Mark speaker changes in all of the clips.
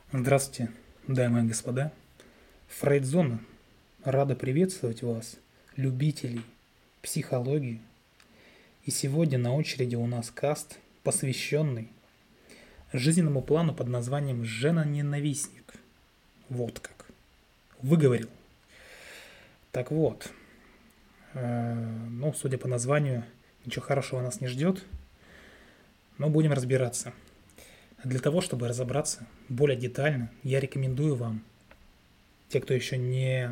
Speaker 1: Здравствуйте, дамы и господа. Фрейд-зона рада приветствовать вас, любителей психологии. И сегодня на очереди у нас каст, посвященный жизненному плану под названием «Жена-ненавистник». Вот как. Выговорил. Так вот, судя по названию, ничего хорошего нас не ждет, но будем разбираться. Для того, чтобы разобраться более детально, я рекомендую вам, те, кто еще не,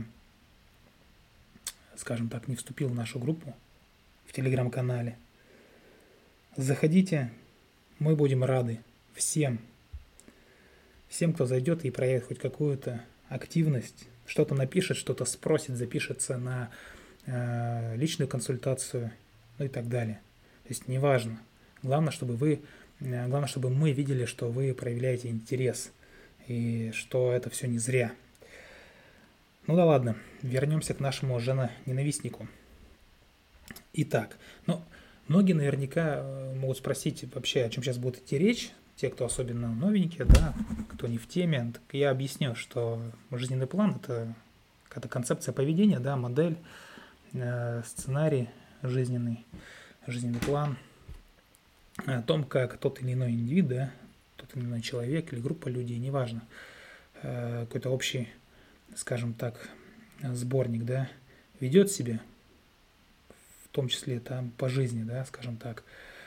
Speaker 1: скажем так, не вступил в нашу группу в телеграм-канале, заходите, мы будем рады всем, кто зайдет и проявит хоть какую-то активность, что-то напишет, что-то спросит, запишется на личную консультацию, ну и так далее. То есть неважно. Главное, чтобы мы видели, что вы проявляете интерес и что это все не зря. Ну да ладно, вернемся к нашему жена-ненавистнику. Итак, многие наверняка могут спросить вообще, о чем сейчас будет идти речь, те, кто особенно новенькие, да, кто не в теме. Так я объясню, что жизненный план – это какая-то концепция поведения, да, модель, сценарий жизненный план о том, как тот или иной индивид, да, тот или иной человек или группа людей, неважно, какой-то общий, скажем так, сборник, да, ведет себя, в том числе там по жизни, да, скажем так.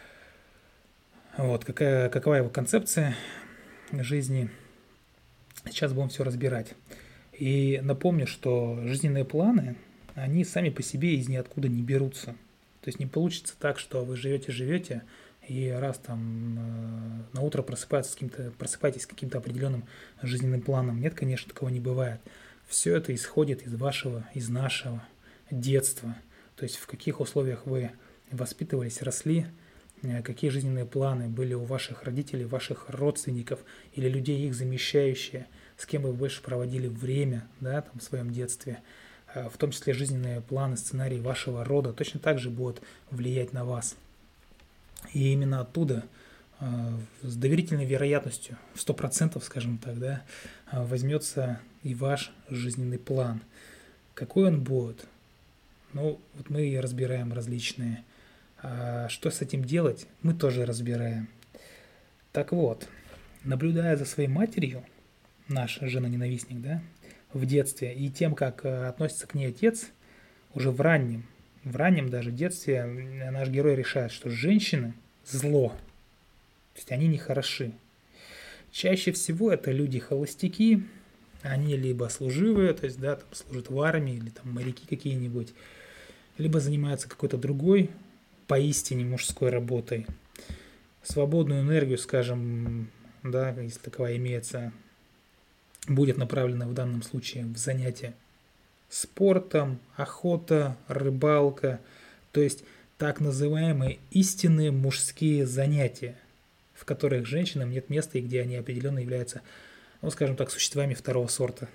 Speaker 1: Вот, какова его концепция жизни, сейчас будем все разбирать. И напомню, что жизненные планы, они сами по себе из ниоткуда не берутся. То есть не получится так, что вы живете, и раз там на утро просыпаетесь с каким-то определенным жизненным планом. Нет, конечно, такого не бывает. Все это исходит из нашего детства. То есть в каких условиях вы воспитывались, росли, какие жизненные планы были у ваших родителей, ваших родственников или людей, их замещающие, с кем вы больше проводили время, да, там, в своем детстве, в том числе жизненные планы, сценарии вашего рода точно так же будут влиять на вас. И именно оттуда с доверительной вероятностью, в 100%, скажем так, да, возьмется и ваш жизненный план. Какой он будет? Вот мы и разбираем различные. Что с этим делать, мы тоже разбираем. Так вот, наблюдая за своей матерью, наш жена-ненавистник, да, в детстве, и тем, как относится к ней отец, уже в раннем даже детстве наш герой решает, что женщины – зло, то есть они не хороши. Чаще всего это люди-холостяки, они либо служивые, то есть, да, там служат в армии, или там моряки какие-нибудь, либо занимаются какой-то другой, поистине мужской работой. Свободную энергию, скажем, да, если таковая имеется, будет направлена в данном случае в занятия спортом, охота, рыбалка, то есть так называемые истинные мужские занятия, в которых женщинам нет места и где они определенно являются, скажем так, существами второго сорта.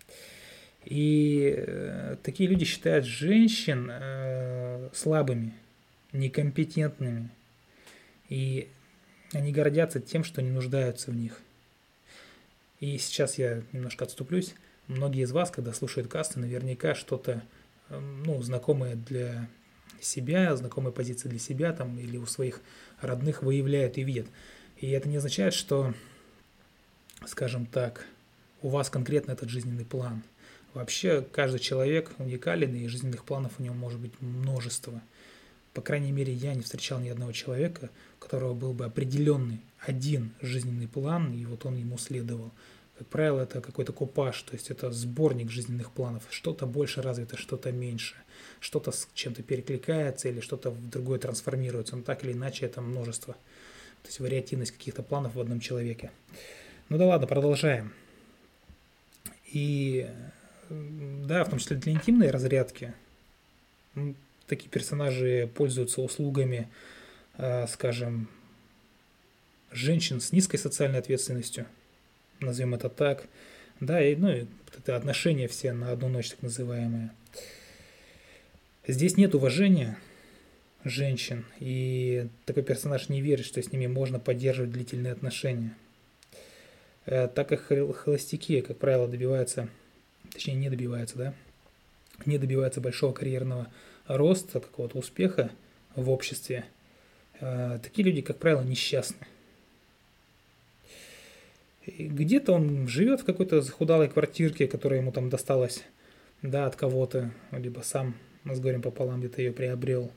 Speaker 1: И такие люди считают женщин слабыми, некомпетентными, и они гордятся тем, что не нуждаются в них. И сейчас я немножко отступлюсь. Многие из вас, когда слушают касты, наверняка что-то, знакомое для себя, знакомые позиции для себя там, или у своих родных выявляют и видят. И это не означает, что, скажем так, у вас конкретно этот жизненный план. Вообще, каждый человек уникален, и жизненных планов у него может быть множество. По крайней мере, я не встречал ни одного человека, у которого был бы определенный один жизненный план, и вот он ему следовал. Как правило, это какой-то купаж, то есть это сборник жизненных планов. Что-то больше развито, что-то меньше. Что-то с чем-то перекликается или что-то в другое трансформируется. Но так или иначе это множество. То есть вариативность каких-то планов в одном человеке. Ну да ладно, продолжаем. И да, в том числе для интимной разрядки такие персонажи пользуются услугами, скажем, женщин с низкой социальной ответственностью, назовем это так, да, и вот это отношения все на одну ночь так называемые. Здесь нет уважения женщин, и такой персонаж не верит, что с ними можно поддерживать длительные отношения. Так как холостяки, как правило, добиваются, точнее не добиваются, да, не добиваются большого карьерного роста, какого-то успеха в обществе, такие люди, как правило, несчастны. И где-то он живет в какой-то захудалой квартирке, которая ему там досталась, да, от кого-то, либо сам с горем пополам где-то ее приобрел.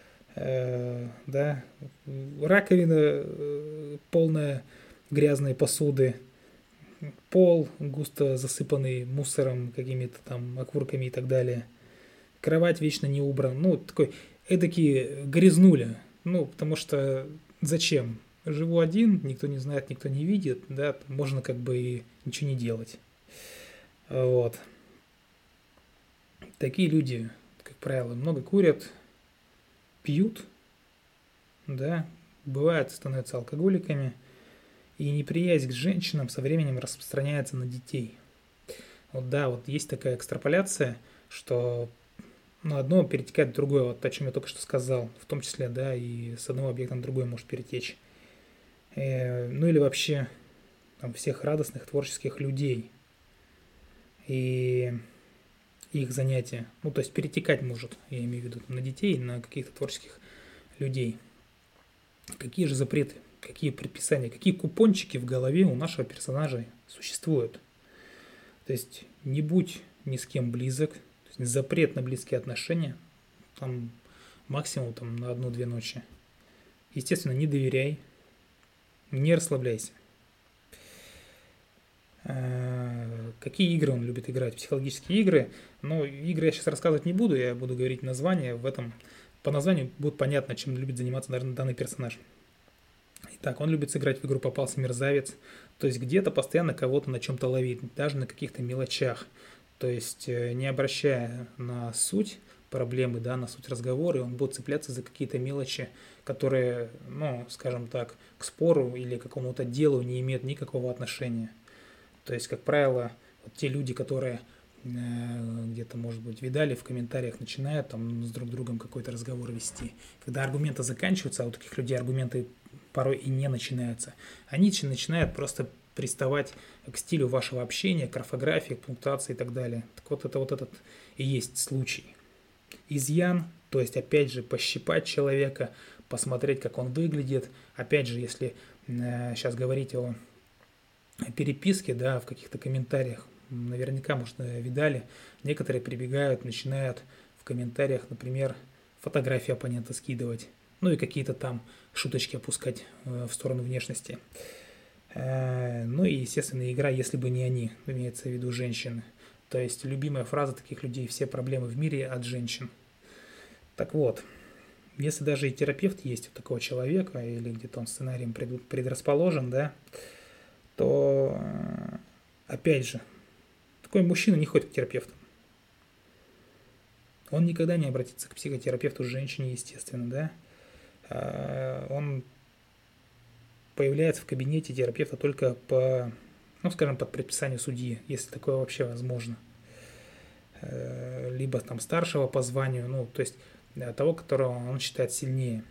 Speaker 1: Да, раковина полная грязной посуды, пол густо засыпанный мусором, какими-то там окурками и так далее. Кровать вечно не убрана. Ну, такой эдакий грязнуля. Ну, потому что зачем? Живу один, никто не знает, никто не видит, да, можно как бы и ничего не делать. Вот. Такие люди, как правило, много курят, пьют, да, бывает, становятся алкоголиками, и неприязнь к женщинам со временем распространяется на детей. Вот да, вот есть такая экстраполяция, что ну, одно перетекает в другое, вот о чем я только что сказал, в том числе, да, и с одного объекта на другой может перетечь. Ну или вообще там, всех радостных творческих людей и их занятия. Ну, то есть перетекать может, я имею в виду, на детей, на каких-то творческих людей. Какие же запреты, какие предписания, какие купончики в голове у нашего персонажа существуют. То есть не будь ни с кем близок, то есть запрет на близкие отношения, там максимум там, на 1-2 ночи. Естественно, не доверяй, не расслабляйся. Какие игры он любит играть? Психологические игры. Но игры я сейчас рассказывать не буду, я буду говорить название. В этом по названию будет понятно, чем любит заниматься данный персонаж. Итак, он любит сыграть в игру «Попался мерзавец», то есть где-то постоянно кого-то на чем-то ловить, даже на каких-то мелочах. То есть не обращая на суть проблемы, да, на суть разговора, он будет цепляться за какие-то мелочи, которые, ну, скажем так, к спору или к какому-то делу не имеют никакого отношения. То есть, как правило, вот те люди, которые где-то, может быть, видали, в комментариях начинают там с друг другом какой-то разговор вести. Когда аргументы заканчиваются, а у таких людей аргументы порой и не начинаются, они начинают просто приставать к стилю вашего общения, к орфографии, к пунктуации и так далее. Так вот, это вот этот и есть случай. Изъян, то есть, опять же, пощипать человека, посмотреть, как он выглядит. Опять же, если сейчас говорить о переписке, да, в каких-то комментариях, наверняка, может, видали, некоторые прибегают, начинают в комментариях, например, фотографии оппонента скидывать, ну и какие-то там шуточки опускать в сторону внешности. Ну и, естественно, игра «Если бы не они», имеется в виду женщины. То есть любимая фраза таких людей: «Все проблемы в мире от женщин». Так вот, если даже и терапевт есть у такого человека, или где-то он сценарием предрасположен, да, то, опять же, такой мужчина не ходит к терапевту. Он никогда не обратится к психотерапевту женщине, естественно, да. Он появляется в кабинете терапевта только по, ну, скажем, под предписанию судьи, если такое вообще возможно. Либо там старшего по званию, ну, то есть того, которого он считает сильнее.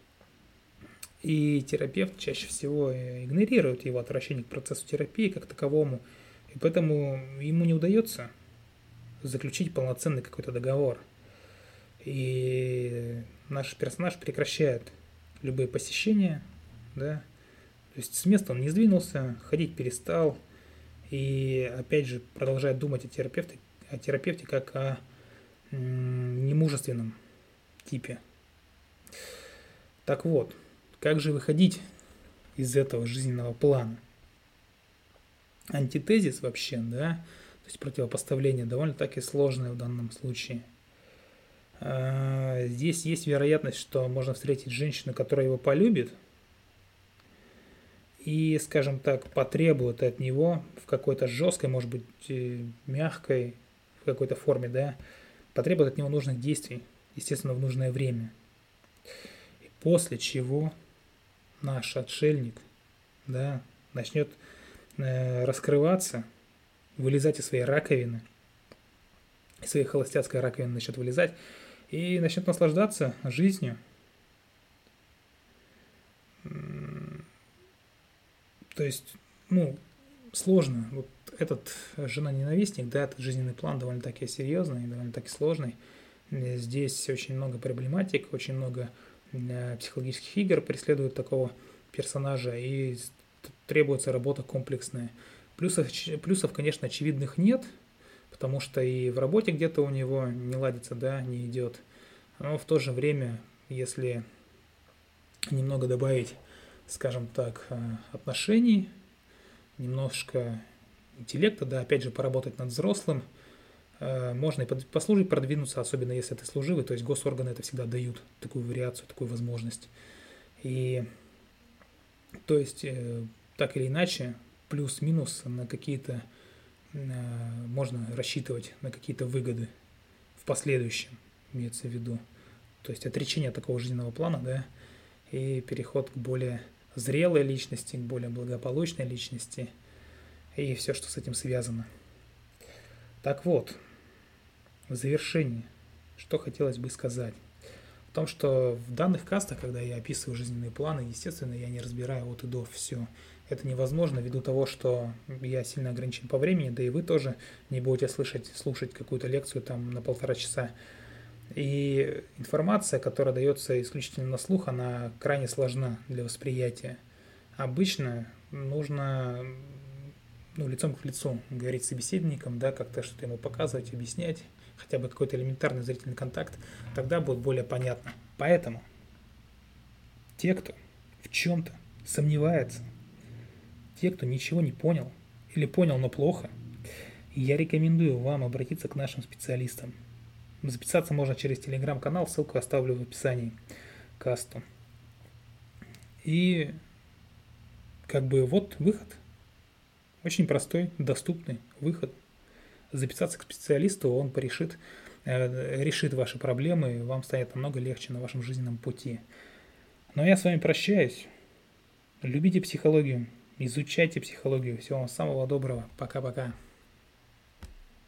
Speaker 1: И терапевт чаще всего игнорирует его отвращение к процессу терапии как таковому, и поэтому ему не удается заключить полноценный какой-то договор. И наш персонаж прекращает любые посещения, да, то есть с места он не сдвинулся, ходить перестал, и опять же продолжает думать о терапевте как о немужественном типе. Так вот, как же выходить из этого жизненного плана? Антитезис вообще, да, то есть противопоставление довольно-таки сложное в данном случае. Здесь есть вероятность, что можно встретить женщину, которая его полюбит и, скажем так, потребует от него в какой-то жесткой, может быть, мягкой, в какой-то форме, да, потребует от него нужных действий, естественно, в нужное время. И после чего наш отшельник, да, начнет раскрываться, вылезать из своей раковины, из своей холостяцкой раковины начнет вылезать и начнет наслаждаться жизнью. То есть, ну, сложно. Вот этот жена-ненавистник, да, этот жизненный план довольно-таки серьезный, довольно-таки сложный. Здесь очень много проблематик, очень много психологических игр преследуют такого персонажа, и требуется работа комплексная. Плюсов, конечно, очевидных нет, потому что и в работе где-то у него не ладится, да, не идет. Но в то же время, если немного добавить, скажем так, отношений, немножко интеллекта, да, опять же, поработать над взрослым, можно и послужить, продвинуться, особенно если ты служивый, то есть госорганы это всегда дают такую вариацию, такую возможность. И то есть так или иначе, плюс-минус на какие-то, можно рассчитывать на какие-то выгоды в последующем, имеется в виду. То есть отречение от такого жизненного плана, да, и переход к более зрелой личности, к более благополучной личности и все, что с этим связано. Так вот, в завершении, что хотелось бы сказать. В том, что в данных кастах, когда я описываю жизненные планы, естественно, я не разбираю от и до все. Это невозможно ввиду того, что я сильно ограничен по времени, да и вы тоже не будете слушать какую-то лекцию там на 1,5 часа. И информация, которая дается исключительно на слух, она крайне сложна для восприятия. Обычно нужно лицом к лицу говорить с собеседником, да, как-то что-то ему показывать, объяснять, хотя бы какой-то элементарный зрительный контакт, тогда будет более понятно. Поэтому те, кто в чем-то сомневается, те, кто ничего не понял или понял, но плохо, я рекомендую вам обратиться к нашим специалистам. Записаться можно через телеграм-канал, ссылку оставлю в описании к касту. И вот выход. Очень простой, доступный выход. Записаться к специалисту, он решит ваши проблемы, вам станет намного легче на вашем жизненном пути. Но я с вами прощаюсь. Любите психологию, изучайте психологию. Всего вам самого доброго. Пока-пока.